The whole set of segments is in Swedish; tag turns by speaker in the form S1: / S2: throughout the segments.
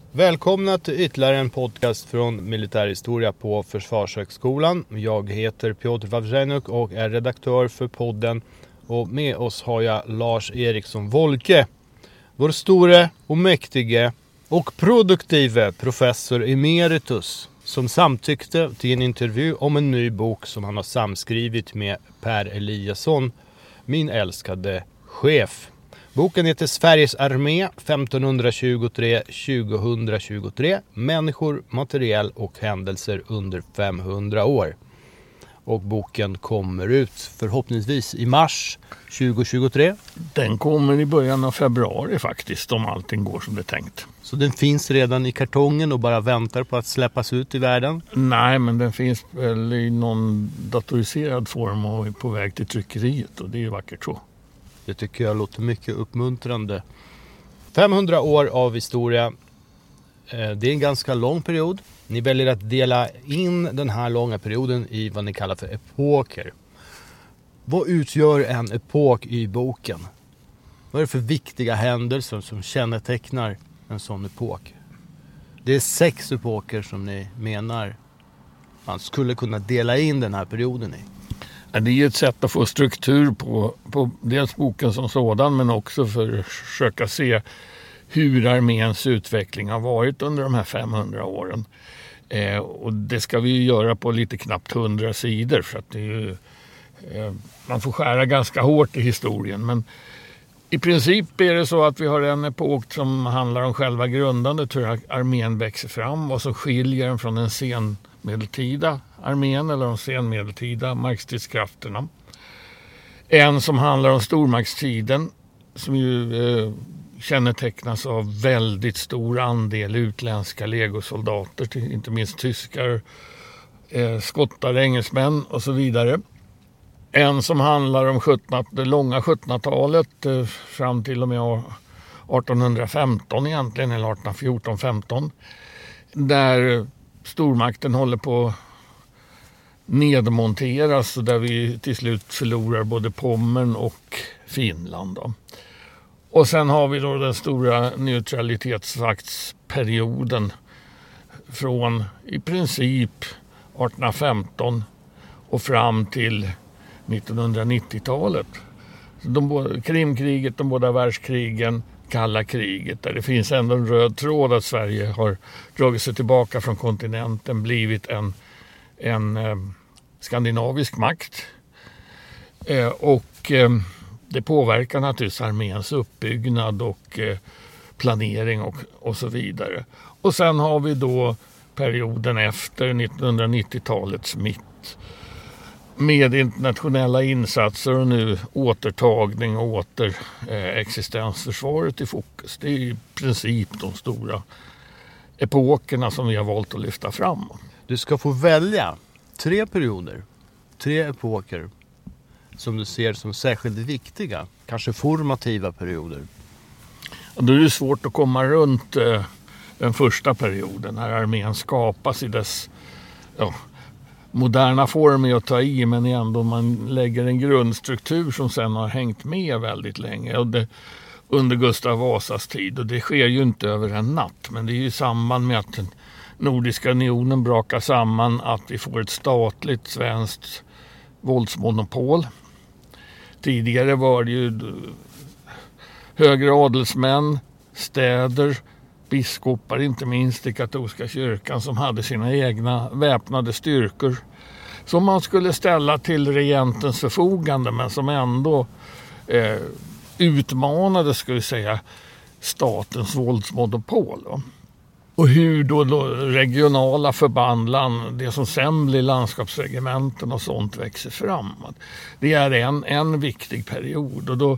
S1: Välkomna till ytterligare en podcast från militärhistoria på Försvarshögskolan. Jag heter Piotr Wawrzeniuk och är redaktör för podden. Och med oss har jag Lars Eriksson Wolke, vår store och mäktige och produktive professor emeritus, som samtyckte till en intervju om en ny bok som han har samskrivit med Per Eliasson, min älskade chef. Boken heter Sveriges armé 1523-2023, människor, materiell och händelser under 500 år. Och boken kommer ut förhoppningsvis i mars 2023.
S2: Den kommer i början av februari faktiskt, om allting går som det är tänkt.
S1: Så den finns redan i kartongen och bara väntar på att släppas ut i världen?
S2: Nej, men den finns väl i någon datoriserad form och är på väg till tryckeriet, och det är ju vackert så.
S1: Det tycker jag låter mycket uppmuntrande. 500 år av historia. Det är en ganska lång period. Ni väljer att dela in den här långa perioden i vad ni kallar för epoker. Vad utgör en epok i boken? Vad är det för viktiga händelser som kännetecknar en sån epok? Det är 6 epoker som ni menar man skulle kunna dela in den här perioden i.
S2: Det är ett sätt att få struktur på dels boken som sådan, men också för att försöka se hur arméns utveckling har varit under de här 500 åren. Och det ska vi göra på lite knappt 100 sidor, för att det är ju, man får skära ganska hårt i historien. Men i princip är det så att vi har en epok som handlar om själva grundandet, hur armén växer fram, vad som skiljer den från den senmedeltida armén eller de senmedeltida markstridskrafterna. En som handlar om stormaktstiden, som ju kännetecknas av väldigt stor andel utländska legosoldater, inte minst tyskar, skottar, engelsmän och så vidare. En som handlar om det långa 1700-talet fram till och med 1815 egentligen, eller 1814-15, där stormakten håller på att nedmonteras och där vi till slut förlorar både Pommern och Finland då. Och sen har vi då den stora neutralitetsvaktsperioden från i princip 1815 och fram till 1990-talet. Krimkriget, de båda världskrigen, kalla kriget, där det finns ändå en röd tråd att Sverige har dragit sig tillbaka från kontinenten, blivit en skandinavisk makt. Och det påverkar naturligtvis arméns uppbyggnad och planering och så vidare. Och sen har vi då perioden efter 1990-talets mitt med internationella insatser och nu återtagning och existensförsvaret i fokus. Det är i princip de stora epokerna som vi har valt att lyfta fram.
S1: Du ska få välja 3 perioder, 3 epoker som du ser som särskilt viktiga, kanske formativa perioder.
S2: Och då är det svårt att komma runt den första perioden, när armén skapas i dess moderna form är att ta i, men ändå man lägger en grundstruktur som sen har hängt med väldigt länge under Gustav Vasas tid. Och det sker ju inte över en natt, men det är ju i samband med att den Nordiska unionen brakar samman att vi får ett statligt svenskt våldsmonopol. Tidigare var det ju högre adelsmän, städer, biskopar, inte minst i katolska kyrkan, som hade sina egna väpnade styrkor som man skulle ställa till regentens förfogande, men som ändå utmanade, ska vi säga, statens våldsmonopol. Och hur då regionala förband, det som sen blir landskapsregementen och sånt, växer fram. Det är en viktig period, och då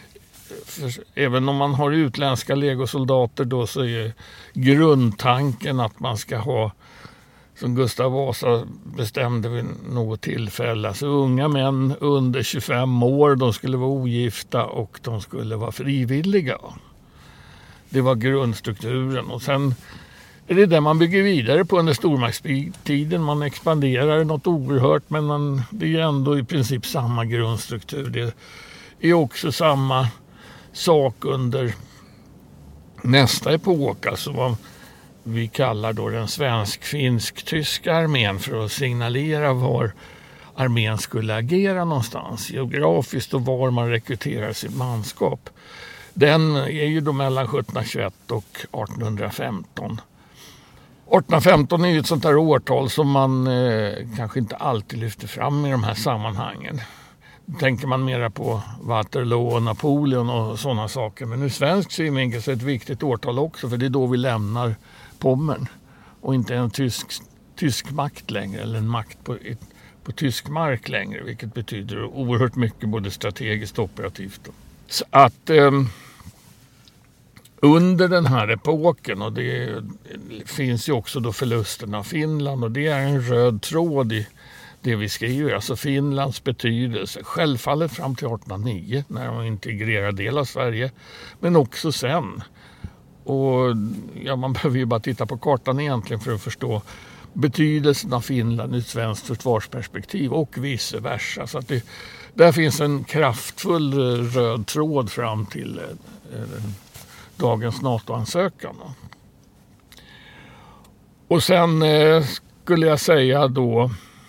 S2: även om man har utländska legosoldater då, så är grundtanken att man ska ha, som Gustav Vasa bestämde vid något tillfälle, alltså unga män under 25 år, de skulle vara ogifta och de skulle vara frivilliga. Det var grundstrukturen, och sen är det där man bygger vidare på under stormaktstiden. Man expanderar något oerhört, men det är ändå i princip samma grundstruktur. Det är också samma sak under nästa epok, alltså vi kallar då den svensk-finsk-tyska armén för att signalera var armén skulle agera någonstans geografiskt och var man rekryterar sitt manskap. Den är ju då mellan 1721 och 1815. 1815 är ju ett sånt där årtal som man kanske inte alltid lyfter fram i de här sammanhangen. Då tänker man mera på Waterloo och Napoleon och sådana saker. Men ur svensk synvinkel så är det ett viktigt årtal också, för det är då vi lämnar Pommern och inte en tysk makt längre, eller en makt på tysk mark längre, vilket betyder oerhört mycket både strategiskt och operativt. Så att under den här epoken, och det finns ju också då förlusten av Finland, och det är en röd tråd i det vi skriver, alltså Finlands betydelse, självfallet fram till 1809 när de integrerar del av Sverige, men också sen. Och ja, man behöver ju bara titta på kartan egentligen för att förstå betydelsen av Finland ur ett svenskt försvarsperspektiv och vice versa. Så att där finns en kraftfull röd tråd fram till dagens NATO-ansökan. Och sen skulle jag säga då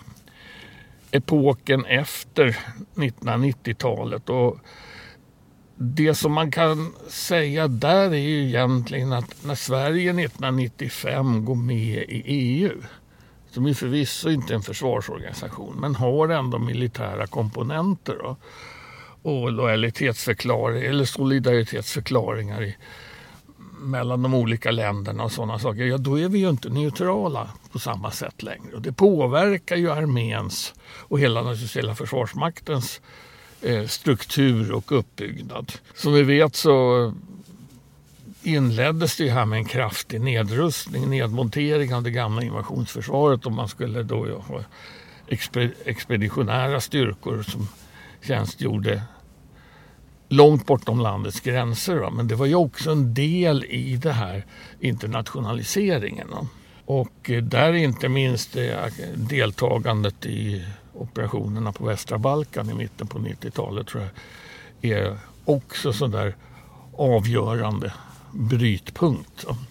S2: epoken efter 1990-talet, och det som man kan säga där är ju egentligen att när Sverige 1995 går med i EU, som är förvisso inte en försvarsorganisation men har ändå militära komponenter då, och lojalitetsförklaringar eller solidaritetsförklaringar mellan de olika länderna och sådana saker, ja då är vi ju inte neutrala på samma sätt längre. Och det påverkar ju arméns och hela försvarsmaktens struktur och uppbyggnad. Som vi vet så inleddes det här med en kraftig nedmontering av det gamla invasionsförsvaret, och man skulle då ha expeditionära styrkor som tjänstgjorde långt bortom landets gränser. Va? Men det var ju också en del i det här internationaliseringen. Va? Och där inte minst deltagandet i operationerna på västra Balkan i mitten på 90-talet tror jag är också så där avgörande brytpunkt. Va?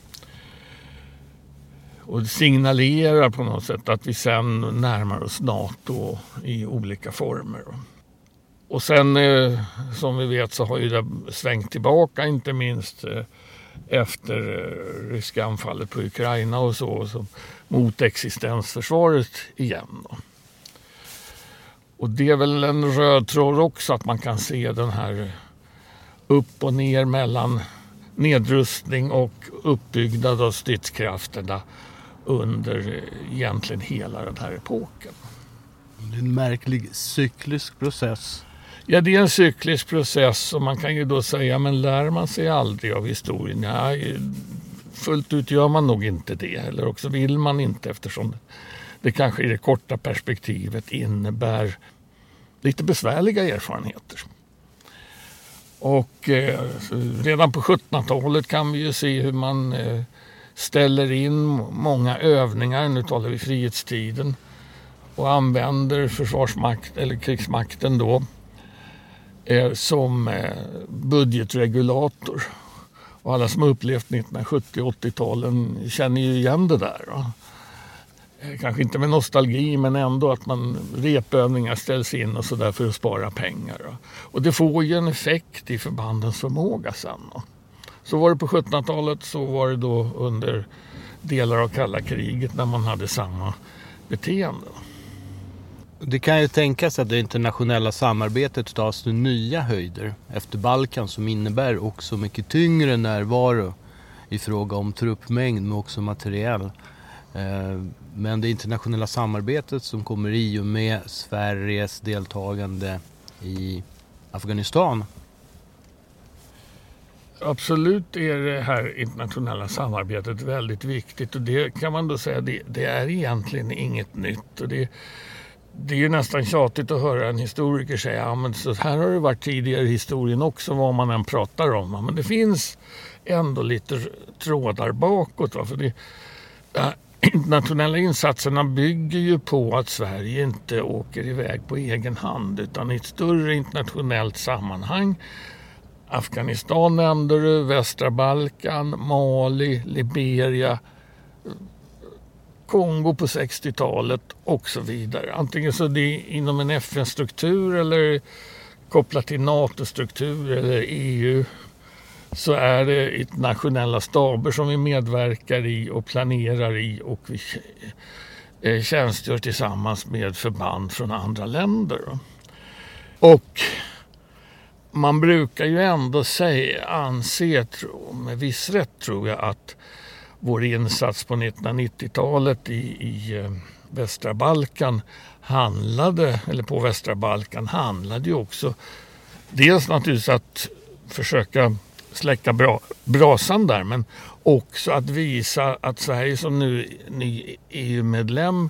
S2: Och signalerar på något sätt att vi sen närmar oss NATO i olika former. Va? Och sen som vi vet så har ju det svängt tillbaka, inte minst efter ryska anfallet på Ukraina och så mot existensförsvaret igen. Då. Och det är väl en röd tråd också att man kan se den här upp och ner mellan nedrustning och uppbyggnad av stridskrafterna under egentligen hela den här epoken.
S1: Det är en märklig cyklisk process.
S2: Ja, det är en cyklisk process, och man kan ju då säga, men lär man sig aldrig av historien? Ja, fullt ut gör man nog inte det, eller också vill man inte, eftersom det kanske i det korta perspektivet innebär lite besvärliga erfarenheter. Och redan på 1700-talet kan vi ju se hur man ställer in många övningar, nu talar vi frihetstiden, och använder försvarsmakt eller krigsmakten då som budgetregulator. Och alla som har upplevt 1970- och 80-talen känner ju igen det där. Va? Kanske inte med nostalgi, men ändå att repövningar ställs in och så där för att spara pengar. Va? Och det får ju en effekt i förbandens förmåga sen. Va? Så var det på 1700-talet, så var det då under delar av kalla kriget när man hade samma beteende.
S1: Det kan ju tänkas att det internationella samarbetet tas till nya höjder efter Balkan, som innebär också mycket tyngre närvaro i fråga om truppmängd men också materiell. Men det internationella samarbetet som kommer i och med Sveriges deltagande i Afghanistan. Absolut är det här internationella samarbetet väldigt viktigt, och det kan man då säga det är egentligen inget nytt, och det är ju nästan tjatigt att höra en historiker säga ja, men så här har det varit tidigare i historien också, vad man än pratar om. Men det finns ändå lite trådar bakåt. Va? För de internationella insatserna bygger ju på att Sverige inte åker iväg på egen hand, utan i ett större internationellt sammanhang. Afghanistan nämnde du, västra Balkan, Mali, Liberia,
S2: Kongo på 60-talet och så vidare. Antingen så det är inom en FN-struktur eller kopplat till NATO-struktur eller EU, så är det internationella staber som vi medverkar i och planerar i, och vi tjänstgör tillsammans med förband från andra länder. Och man brukar ju ändå anse med viss rätt, tror jag, att vår insats på 1990-talet i västra Balkan handlade ju också dels naturligtvis att försöka släcka brasan där, men också att visa att Sverige som nu ny EU-medlem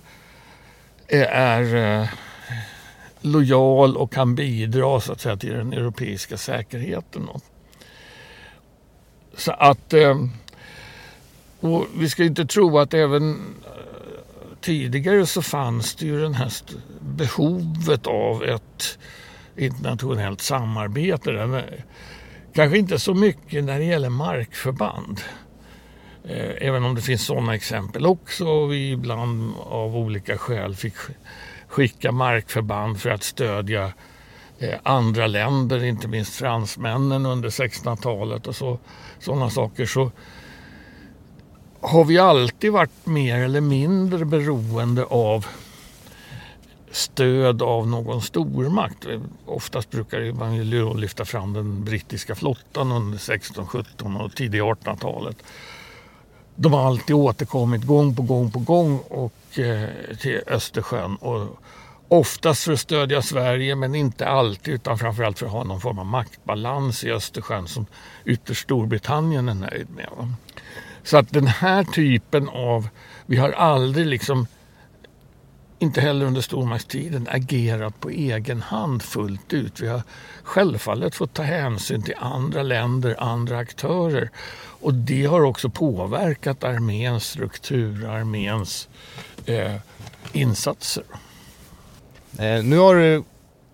S2: är lojal och kan bidra så att säga till den europeiska säkerheten. Så att och vi ska inte tro att även tidigare så fanns det ju den här behovet av ett internationellt samarbete. Kanske inte så mycket när det gäller markförband. Även om det finns sådana exempel också. Och vi ibland av olika skäl fick skicka markförband för att stödja andra länder, inte minst fransmännen under 1600-talet och sådana saker. Så har vi alltid varit mer eller mindre beroende av stöd av någon stormakt. Oftast brukar man ju lyfta fram den brittiska flottan under 16, 17 och tidiga 1800-talet. De har alltid återkommit gång på gång och till Östersjön, och oftast för att stödja Sverige, men inte alltid, utan framförallt för att ha någon form av maktbalans i Östersjön som ytterst Storbritannien är nöjd med. Så att den här typen av, vi har aldrig inte heller under stormaktstiden agerat på egen hand fullt ut. Vi har självfallet fått ta hänsyn till andra länder, andra aktörer. Och det har också påverkat arméns struktur, arméns insatser.
S1: Nu har du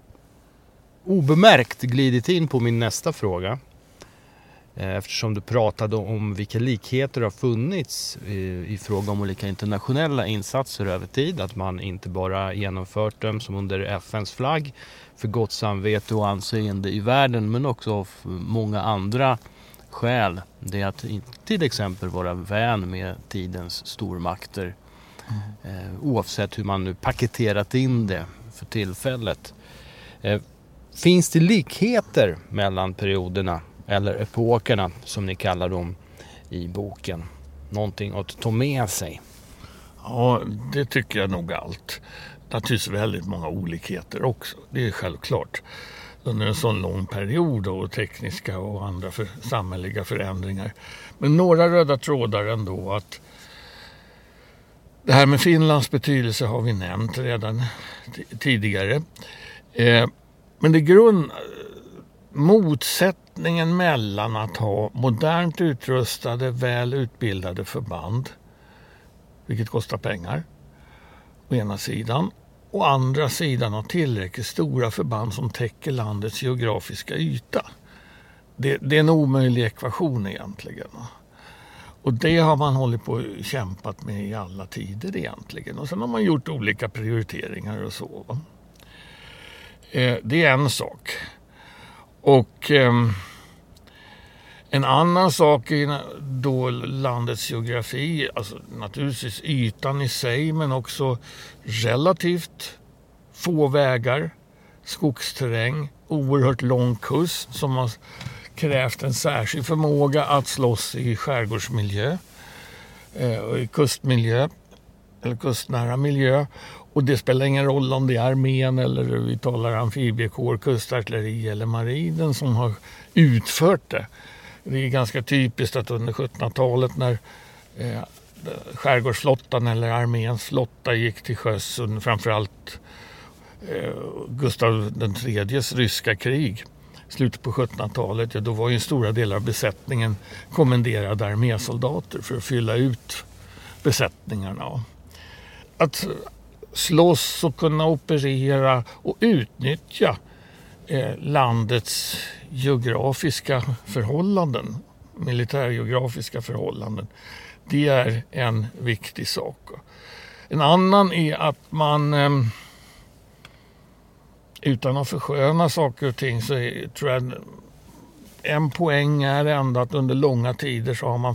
S1: obemärkt glidit in på min nästa fråga. Eftersom du pratade om vilka likheter har funnits i fråga om olika internationella insatser över tid. Att man inte bara genomfört dem som under FNs flagg för gott samvete och anseende i världen, men också av många andra skäl. Det är att till exempel vara vän med tidens stormakter. Oavsett hur man nu paketerat in det för tillfället. Finns det likheter mellan perioderna eller epokerna som ni kallar dem i boken? Någonting att ta med sig?
S2: Ja, det tycker jag nog allt. Naturligtvis väldigt många olikheter också. Det är självklart. Under en sån lång period och tekniska och andra samhälleliga förändringar. Men några röda trådar ändå, att det här med Finlands betydelse har vi nämnt redan tidigare. Men det motsättningen mellan att ha modernt utrustade, väl utbildade förband, vilket kostar pengar, å ena sidan, och å andra sidan ha tillräckligt stora förband som täcker landets geografiska yta. Det är en omöjlig ekvation egentligen. Och det har man hållit på och kämpat med i alla tider egentligen. Och sen har man gjort olika prioriteringar och så. Det är en sak. Och en annan sak är då landets geografi, alltså naturligtvis ytan i sig, men också relativt få vägar, skogsterräng, oerhört lång kust som har krävt en särskild förmåga att slåss i skärgårdsmiljö, i kustmiljö eller kustnära miljö. Och det spelar ingen roll om det är armén eller vi talar amfibiekår, kustartilleri eller marinen som har utfört det. Det är ganska typiskt att under 1700-talet när skärgårdsflottan eller arméns flotta gick till sjöss under framförallt Gustav III:s ryska krig, slutet på 1700-talet, då var ju stora delar av besättningen kommenderade armésoldater för att fylla ut besättningarna. Att slåss och kunna operera och utnyttja landets geografiska förhållanden, militärgeografiska förhållanden, Det är en viktig sak. En annan är att man, utan att försköna saker och ting, så tror jag en poäng är ändå att under långa tider så har man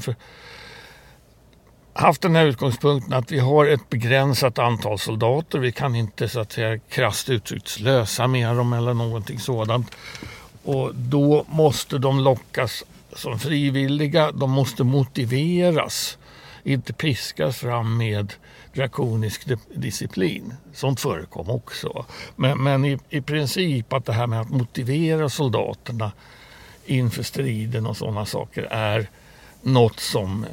S2: haft den här utgångspunkten att vi har ett begränsat antal soldater. Vi kan inte så att säga krasst uttryckt slösa med dem eller någonting sådant. Och då måste de lockas som frivilliga. De måste motiveras. Inte piskas fram med drakonisk disciplin. Sånt förekom också. Men i princip att det här med att motivera soldaterna inför striden och sådana saker är något som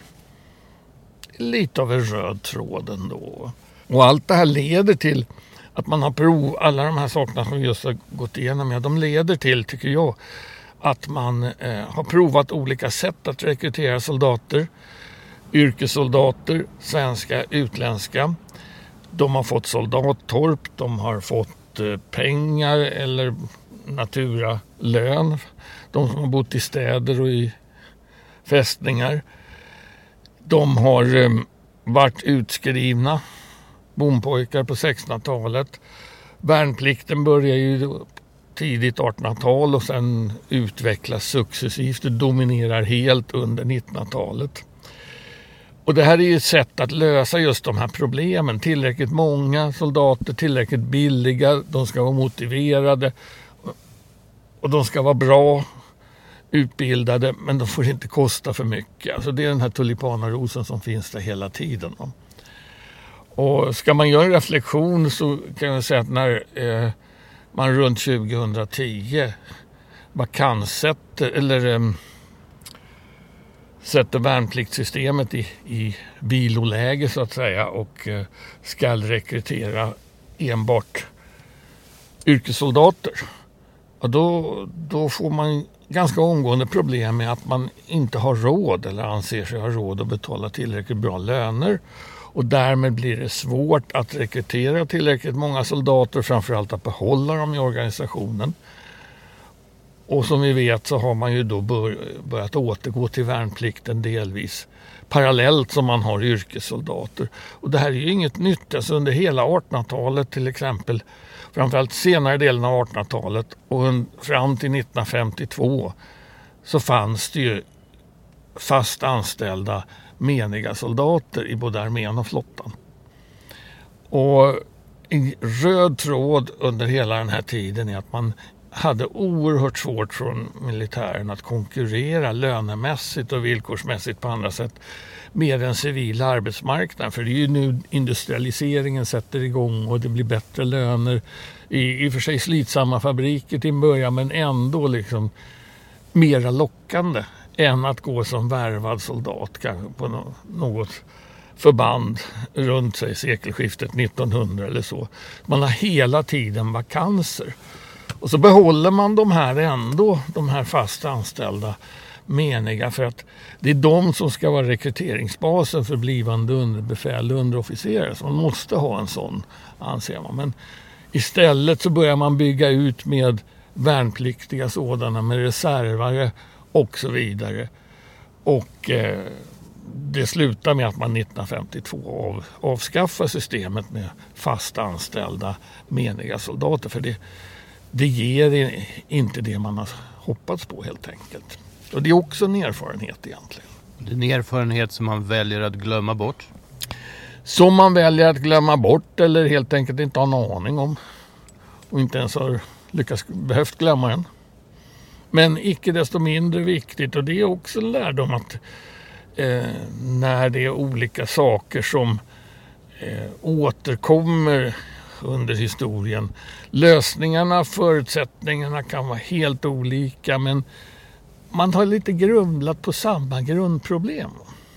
S2: lite av en röd tråd ändå. Och allt det här leder till att man har provat alla de här sakerna som vi just har gått igenom. Ja, de leder till, tycker jag, att man har provat olika sätt att rekrytera soldater. Yrkessoldater, svenska, utländska. De har fått soldattorp, de har fått pengar eller naturalön. De som har bott i städer och i fästningar. De har varit utskrivna bompojkar på 1600-talet. Värnplikten börjar ju tidigt 1800-tal och sen utvecklas successivt. Det dominerar helt under 1900-talet. Och det här är ju ett sätt att lösa just de här problemen. Tillräckligt många soldater, tillräckligt billiga, de ska vara motiverade och de ska vara bra utbildade, men de får inte kosta för mycket. Alltså det är den här tulipanarosen som finns där hela tiden. Och ska man göra en reflektion så kan jag säga att när man runt 2010 sätter värnpliktssystemet i viloläge så att säga och ska rekrytera enbart yrkessoldater. Och då får man ganska omgående problem med att man inte har råd eller anser sig ha råd att betala tillräckligt bra löner. Och därmed blir det svårt att rekrytera tillräckligt många soldater, framförallt att behålla dem i organisationen. Och som vi vet så har man ju då börjat återgå till värnplikten delvis parallellt som man har yrkessoldater. Och det här är ju inget nytt. Alltså under hela 1800-talet till exempel, framförallt senare delen av 1800-talet och fram till 1952 så fanns det ju fast anställda meniga soldater i både armén och flottan. Och en röd tråd under hela den här tiden är att man hade oerhört svårt från militären att konkurrera lönemässigt och villkorsmässigt på andra sätt med den civila arbetsmarknaden. För det är ju nu industrialiseringen sätter igång och det blir bättre löner i och för sig slitsamma fabriker till en början, men ändå liksom mera lockande än att gå som värvad soldat kanske på något förband runt sig sekelskiftet 1900 eller så. Man har hela tiden vakanser. Och så behåller man de här fast anställda meniga för att det är de som ska vara rekryteringsbasen för blivande underbefäl och underofficerare. Så man måste ha en sån, anser man. Men istället så börjar man bygga ut med värnpliktiga sådana, med reservare och så vidare. Och det slutar med att man 1952 avskaffar systemet med fast anställda meniga soldater. För det ger inte det man har hoppats på helt enkelt. Och det är också en erfarenhet egentligen.
S1: Det är en erfarenhet som man väljer att glömma bort?
S2: Som man väljer att glömma bort eller helt enkelt inte har en aning om. Och inte ens har behövt glömma den. Men icke desto mindre viktigt, och det är också en lärdom att när det är olika saker som återkommer under historien. Lösningarna, förutsättningarna kan vara helt olika, men man har lite grundlat på samma grundproblem.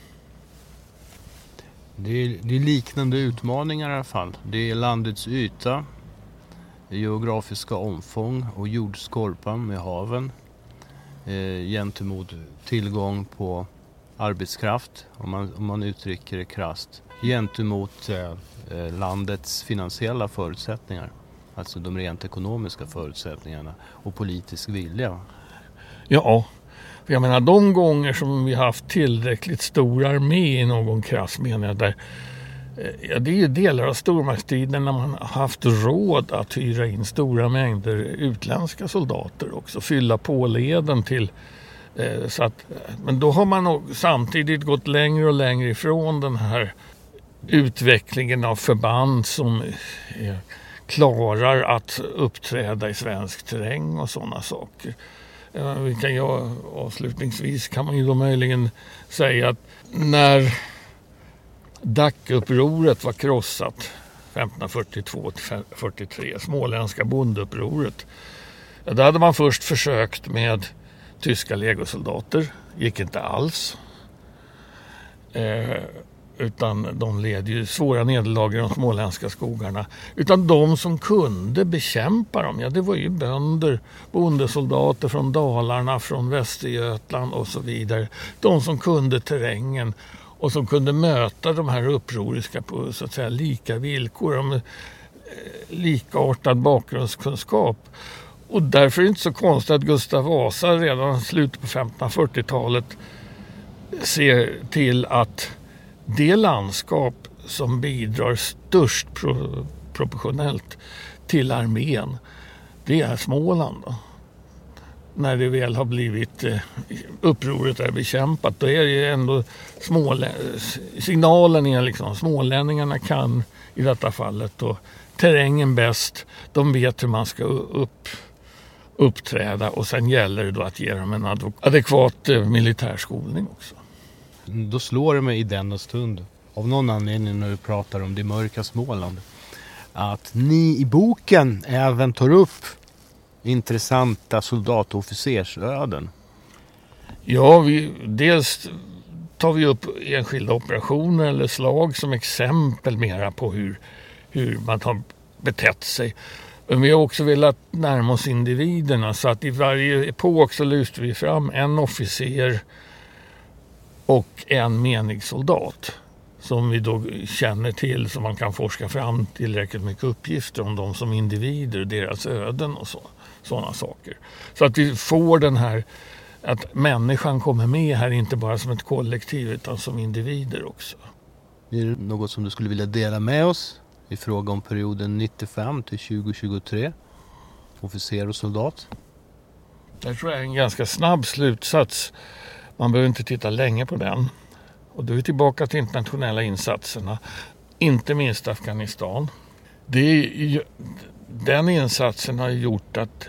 S1: Det är liknande utmaningar i alla fall. Det är landets yta, det geografiska omfång och jordskorpan med haven gentemot tillgång på arbetskraft, om man uttrycker det krasst, gentemot landets finansiella förutsättningar, alltså de rent ekonomiska förutsättningarna och politisk vilja.
S2: Ja, För jag menar, de gånger som vi har haft tillräckligt stor armé i någon krass mening där, det är ju delar av stormaktstiden när man har haft råd att hyra in stora mängder utländska soldater också, fylla på leden till så att, men då har man samtidigt gått längre och längre ifrån den här utvecklingen av förband som klarar att uppträda i svensk terräng och sådana saker. Avslutningsvis kan man ju då möjligen säga att när Dackupproret var krossat 1542-43, småländska bondupproret, då hade man först försökt med tyska legosoldater, gick inte alls. Utan de led ju svåra nederlag i de småländska skogarna. Utan de som kunde bekämpa dem, det var ju bönder, bondesoldater från Dalarna, från Västergötland och så vidare. De som kunde terrängen och som kunde möta de här upproriska på så att säga lika villkor, med likartad bakgrundskunskap. Och därför är det inte så konstigt att Gustav Vasa redan i slutet på 1540-talet ser till att det landskap som bidrar störst proportionellt till armén, det är Småland då. När det väl har blivit upproret är bekämpat, då är det ju ändå signalen är liksom smålänningarna kan i detta fallet då terrängen bäst, de vet hur man ska uppträda och sen gäller det då att ge dem en adekvat militärskolning också.
S1: Då slår det mig i denna stund, av någon anledning när du pratar om det mörka Småland, att ni i boken även tar upp intressanta soldat- och officersöden.
S2: Ja, dels tar vi upp enskilda operationer eller slag som exempel mera på hur man har betett sig. Men vi har också velat närma oss individerna, så att i varje epok så lyfter vi fram en officer och en menig soldat som vi då känner till, så man kan forska fram tillräckligt mycket uppgifter om dem som individer, deras öden och sådana saker. Så att vi får den här, att människan kommer med här inte bara som ett kollektiv utan som individer också.
S1: Är det något som du skulle vilja dela med oss i fråga om perioden 95 till 2023? Officer och soldat?
S2: Det tror jag är en ganska snabb slutsats. Man behöver inte titta länge på den. Och då är vi tillbaka till internationella insatserna. Inte minst Afghanistan. Den insatsen har gjort att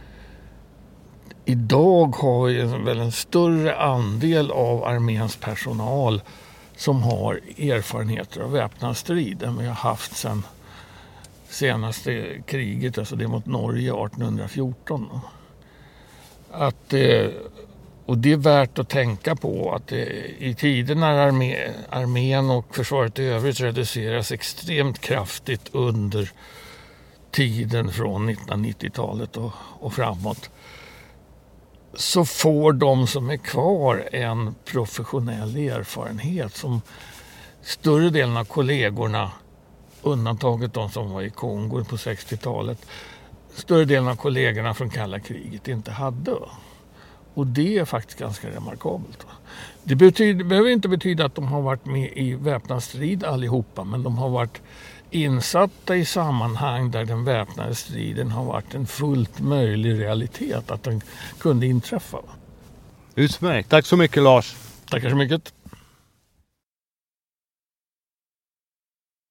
S2: idag har vi väl en större andel av arméns personal som har erfarenheter av väpnad strid än vi har haft sedan senaste kriget, alltså det mot Norge 1814. Och det är värt att tänka på att i tider när armén och försvaret i övrigt reduceras extremt kraftigt under tiden från 1990-talet och framåt, så får de som är kvar en professionell erfarenhet som större delen av kollegorna, undantaget de som var i Kongo på 60-talet, större delen av kollegorna från kalla kriget inte hade. Och det är faktiskt ganska remarkabelt. Det behöver inte betyda att de har varit med i väpnad strid allihopa, men de har varit insatta i sammanhang där den väpnade striden har varit en fullt möjlig realitet, att den kunde inträffa.
S1: Utmärkt. Tack så mycket, Lars.
S2: Tackar så mycket.